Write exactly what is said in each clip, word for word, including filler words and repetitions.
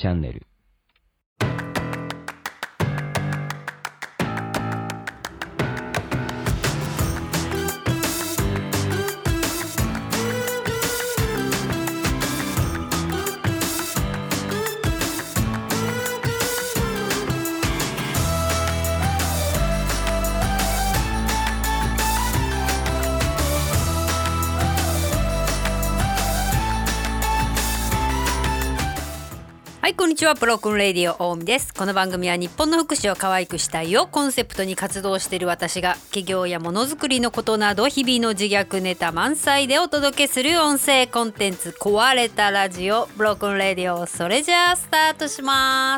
チャンネル。 はい、こんにちは。ブロークンレディオ大海です。この番組は日本の福祉を可愛くしたいをコンセプトに活動している私が企業やものづくりのことなど日々の自虐ネタ満載でお届けする音声コンテンツ壊れたラジオブロークンレディオ。それじゃあスタートします。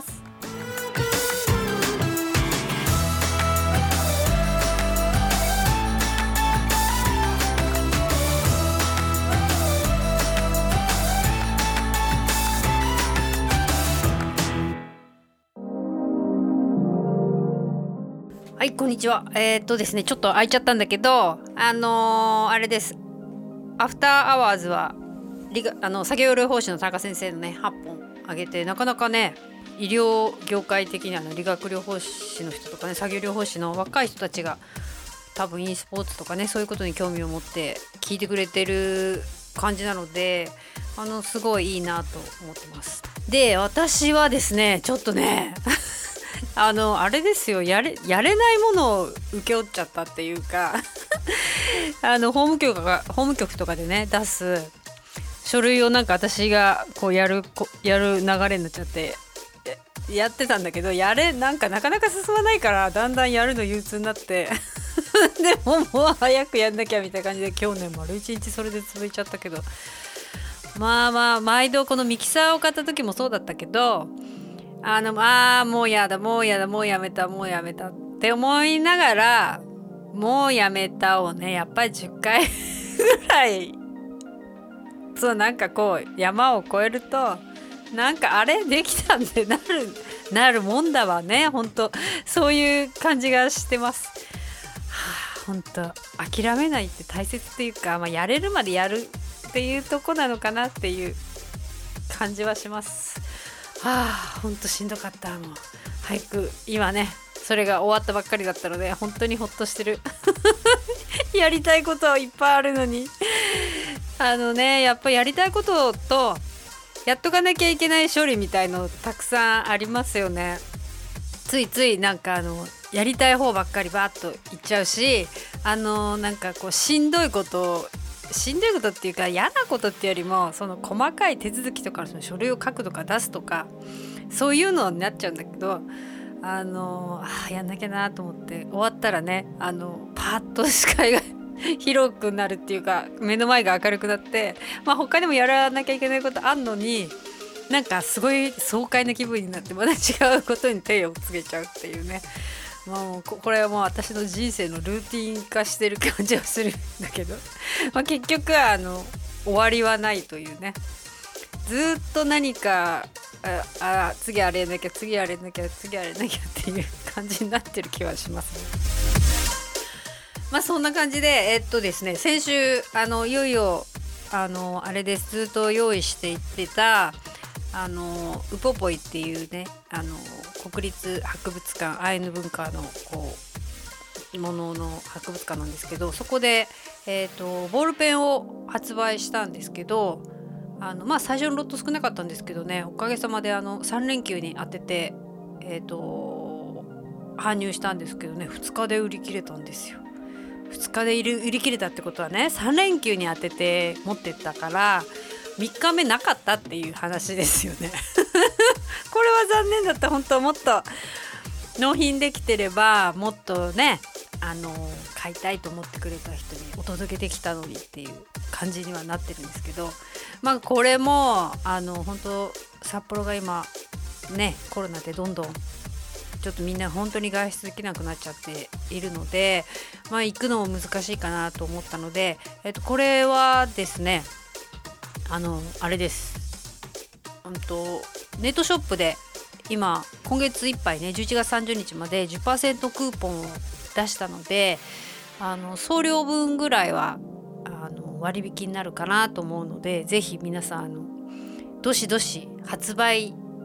はい、こんにちは。えー、っとですねちょっと空いちゃったんだけどあのー、あれです。アフターアワーズは理があの作業療法士の田中先生のねはっぽんあげて、なかなかね医療業界的には、ね、理学療法士の人とかね作業療法士の若い人たちが多分 e スポーツとかねそういうことに興味を持って聞いてくれてる感じなので、あのすごいいいなと思ってます。で、私はですねちょっとねあのあれですよ、やれやれないものを請け負っちゃったっていうかあの法務局が法務局とかでね出す書類をなんか私がこうやるこやる流れになっちゃってやってたんだけど、やれなんかなかなか進まないからだんだんやるの憂鬱になってでももう早くやんなきゃみたいな感じで今日ね丸一日それで続いちゃったけど、まあまあ毎度このミキサーを買った時もそうだったけど、あのあーもうやだもうやだもうやめたもうやめたって思いながら、もうやめたをねやっぱりじゅっかいぐらいそうなんかこう山を越えるとなんかあれできたんでなるなるもんだわね。本当そういう感じがしてます。はあ、本当諦めないって大切っていうか、まあ、やれるまでやるっていうとこなのかなっていう感じはします。はあ、ほんとしんどかった。もう早く今ねそれが終わったばっかりだったので本当にほっとしてるやりたいこといっぱいあるのにあのねやっぱりやりたいこととやっとかなきゃいけない処理みたいのたくさんありますよね。ついついなんかあのやりたい方ばっかりバーッといっちゃうし、あのなんかこうしんどいことをしんどいことっていうか嫌なことっていうよりもその細かい手続きとかその書類を書くとか出すとかそういうのになっちゃうんだけど、あのあやんなきゃなと思って終わったらねあのパッと視界が広くなるっていうか目の前が明るくなって、まあ他にもやらなきゃいけないことあんのになんかすごい爽快な気分になってまた違うことに手をつけちゃうっていうね。もうこれはもう私の人生のルーティン化してる感じはするんだけどまあ結局はあの終わりはないというね、ずっと何かああ次あれやんなきゃ次あれやんなきゃ次あれやんなきゃっていう感じになってる気はしますね。まあそんな感じでえっとですね先週あのいよいよあのあれですずっと用意していってたあのウポポイっていうねあの国立博物館アイヌ文化のこうものの博物館なんですけど、そこで、えーと、ボールペンを発売したんですけど、あの、まあ、最初のロット少なかったんですけどねおかげさまであのさん連休に当てて、えーと、搬入したんですけどねふつかで売り切れたんですよ。ふつかで売り切れたってことはねさん連休に当てて持ってったからみっかめなかったっていう話ですよねこれは残念だった。本当もっと納品できてればもっとねあの買いたいと思ってくれた人にお届けできたのにっていう感じにはなってるんですけど、まあこれもあの本当札幌が今ねコロナでどんどんちょっとみんな本当に外出できなくなっちゃっているので、まあ行くのも難しいかなと思ったので、えっとこれはですねあのあれです、うんとネットショップで今今月いっぱいねじゅういちがつさんじゅうにちまで じゅっパーセント クーポンを出したので、あの送料分ぐらいはあの割引になるかなと思うので、ぜひ皆さんあのどしどし発売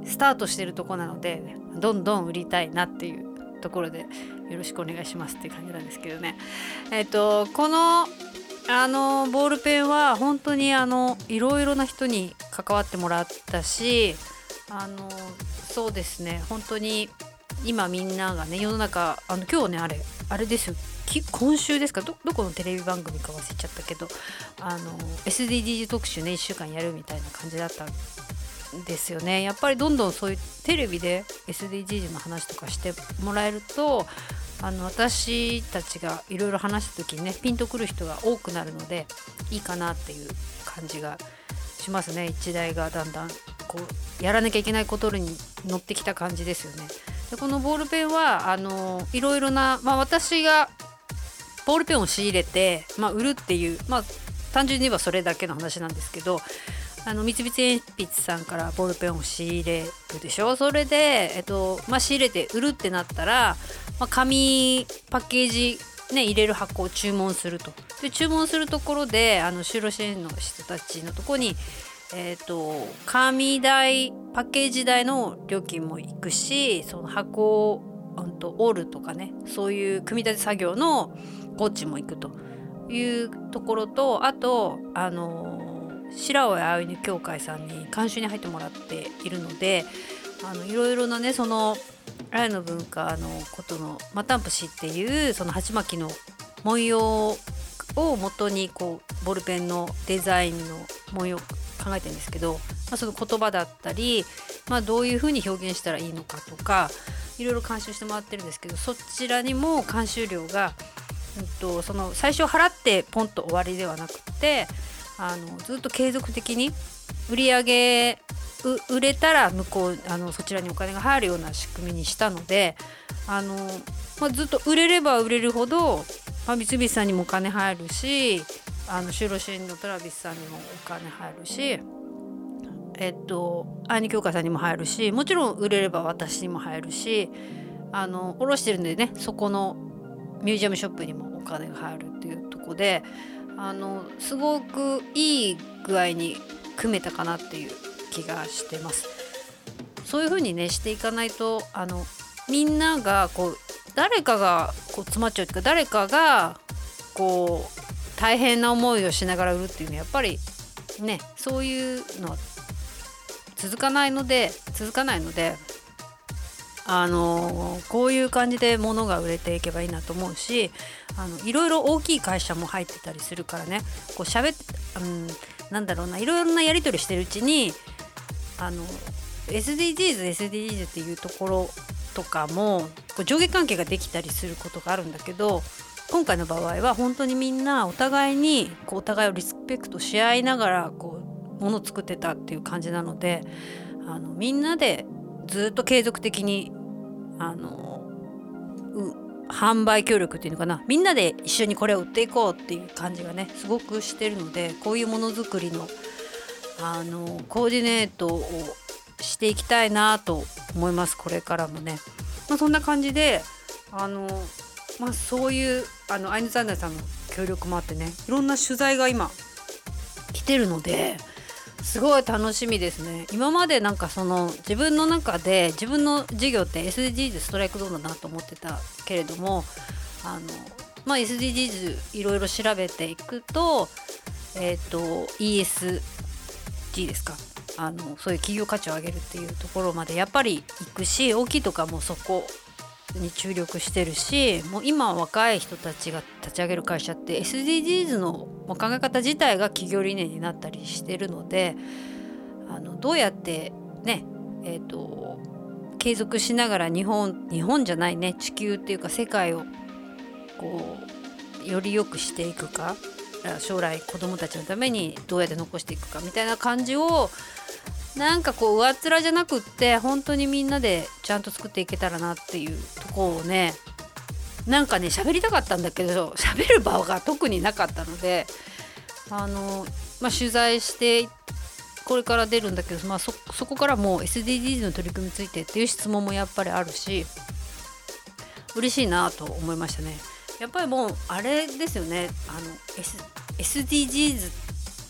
スタートしてるとこなので、どんどん売りたいなっていうところでよろしくお願いしますっていう感じなんですけどね。えっとこのあのボールペンは本当にあのいろいろな人に関わってもらったし、あのそうですね、本当に今みんながね、世の中、あの今日ねあれあれですよ、今週ですか、 ど, どこのテレビ番組か忘れちゃったけど、あの エスディージーズ 特集ねいっしゅうかんやるみたいな感じだったんですよね。やっぱりどんどんそういうテレビで エスディージーズ の話とかしてもらえると、あの私たちがいろいろ話した時にねピンとくる人が多くなるのでいいかなっていう感じがしますね。一台がだんだんこうやらなきゃいけないことに乗ってきた感じですよね。でこのボールペンはあのいろいろな、まあ、私がボールペンを仕入れて、まあ、売るっていう、まあ単純に言えばそれだけの話なんですけど、あの三菱鉛筆さんからボールペンを仕入れるでしょ。それで、えっとまあ、仕入れて売るってなったら、まあ、紙パッケージ、ね、入れる箱を注文すると。で注文するところであの就労支援の人たちのところに、えっと紙代パッケージ代の料金もいくし、その箱を、うん、と折るとかね、そういう組み立て作業の工賃もいくというところと、あとあの白尾アイヌ協会さんに監修に入ってもらっているので、あのいろいろなねそのアイヌの文化のことのマタンプシっていうその鉢巻きの文様を元にこうボールペンのデザインの文様を考えてるんですけど、まあ、その言葉だったり、まあ、どういうふうに表現したらいいのかとかいろいろ監修してもらってるんですけど、そちらにも監修料が、うん、とその最初払ってポンと終わりではなくて、あのずっと継続的に売り上げ売れたら向こうあのそちらにお金が入るような仕組みにしたので、あの、まあ、ずっと売れれば売れるほど、まあ、三菱さんにもお金入るし、あの就労支援のトラビスさんにもお金入るし、えっとアイヌ協会さんにも入るし、もちろん売れれば私にも入るし、あの卸してるんでね、そこのミュージアムショップにもお金が入るっていうところで、あのすごくいい具合に組めたかなっていう気がしてます。そういう風にねしていかないと、あのみんながこう誰かがこう詰まっちゃうというか、誰かがこう大変な思いをしながら売るっていうのはやっぱりね、そういうのは続かないので続かないのであのこういう感じで物が売れていけばいいなと思うし、あのいろいろ大きい会社も入ってたりするからね、こうしゃべっ、うん、なんだろうな、いろいろなやり取りしてるうちに、あの エスディージーズ エスディージーズ っていうところとかもこう上下関係ができたりすることがあるんだけど、今回の場合は本当にみんなお互いにこうお互いをリスペクトし合いながらこう物を作ってたっていう感じなので、あのみんなでずっと継続的にあの販売協力っていうのかな、みんなで一緒にこれを売っていこうっていう感じがねすごくしてるので、こういうものづくりのあのコーディネートをしていきたいなと思います、これからもね。まあ、そんな感じであの、まあ、そういうあのアイヌザンダーさんの協力もあってね、いろんな取材が今来てるのですごい楽しみですね。今までなんかその自分の中で自分の事業って エスディージーズ ストライクゾーンだなと思ってたけれども、あの、まあ、エスディージーズ いろいろ調べていくと、えっと イーエスジー ですか、あのそういう企業価値を上げるっていうところまでやっぱり行くし、大きいとかもそこに注力してるし、もう今若い人たちが立ち上げる会社って エスディージーズ の考え方自体が企業理念になったりしてるので、あのどうやってね、えーと、継続しながら日本日本じゃないね、地球っていうか世界をこうより良くしていくか、将来子どもたちのためにどうやって残していくかみたいな感じを、なんかこう上っ面じゃなくって本当にみんなでちゃんと作っていけたらなっていうところをね、なんかね喋りたかったんだけど喋る場が特になかったので、あの、まあ、取材してこれから出るんだけど、まあ、そ, そこからもう エスディージーズ の取り組みについてっていう質問もやっぱりあるし、嬉しいなと思いましたね。やっぱりもうあれですよね、あの S、エスディージーズ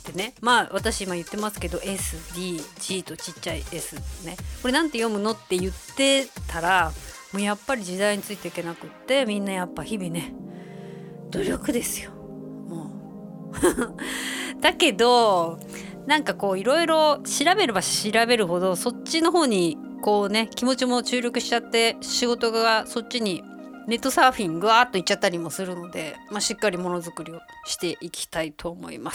ってね、まあ私今言ってますけど エスディージー とちっちゃい S ね、これなんて読むのって言ってたらもうやっぱり時代についていけなくって、みんなやっぱ日々ね努力ですよもうだけどなんかこういろいろ調べれば調べるほどそっちの方にこうね気持ちも注力しちゃって、仕事がそっちにネットサーフィンぐわーっといっちゃったりもするので、まあ、しっかりものづくりをしていきたいと思います。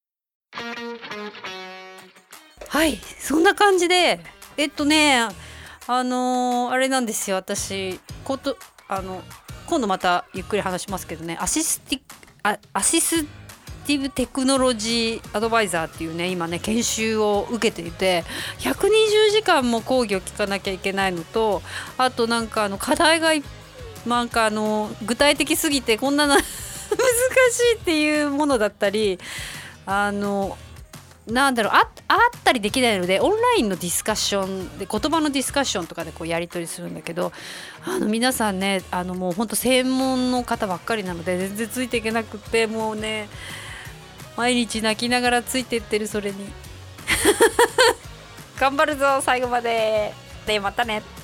はい、そんな感じでえっとねあのー、あれなんですよ、私ことあの今度またゆっくり話しますけどね、アシスティあアシスティブテクノロジーアドバイザーっていうね今ね研修を受けていて、ひゃくにじゅうじかんも講義を聞かなきゃいけないのと、あとなんかあの課題がなんかあの具体的すぎてこんなの難しいっていうものだったり、あのなんだろう あ, あったりできないので、オンラインのディスカッションで言葉のディスカッションとかでこうやり取りするんだけど、あの皆さんねあのもうほんと専門の方ばっかりなので全然ついていけなくって、もうね毎日泣きながらついてってる、それに頑張るぞ最後まで。でまたね。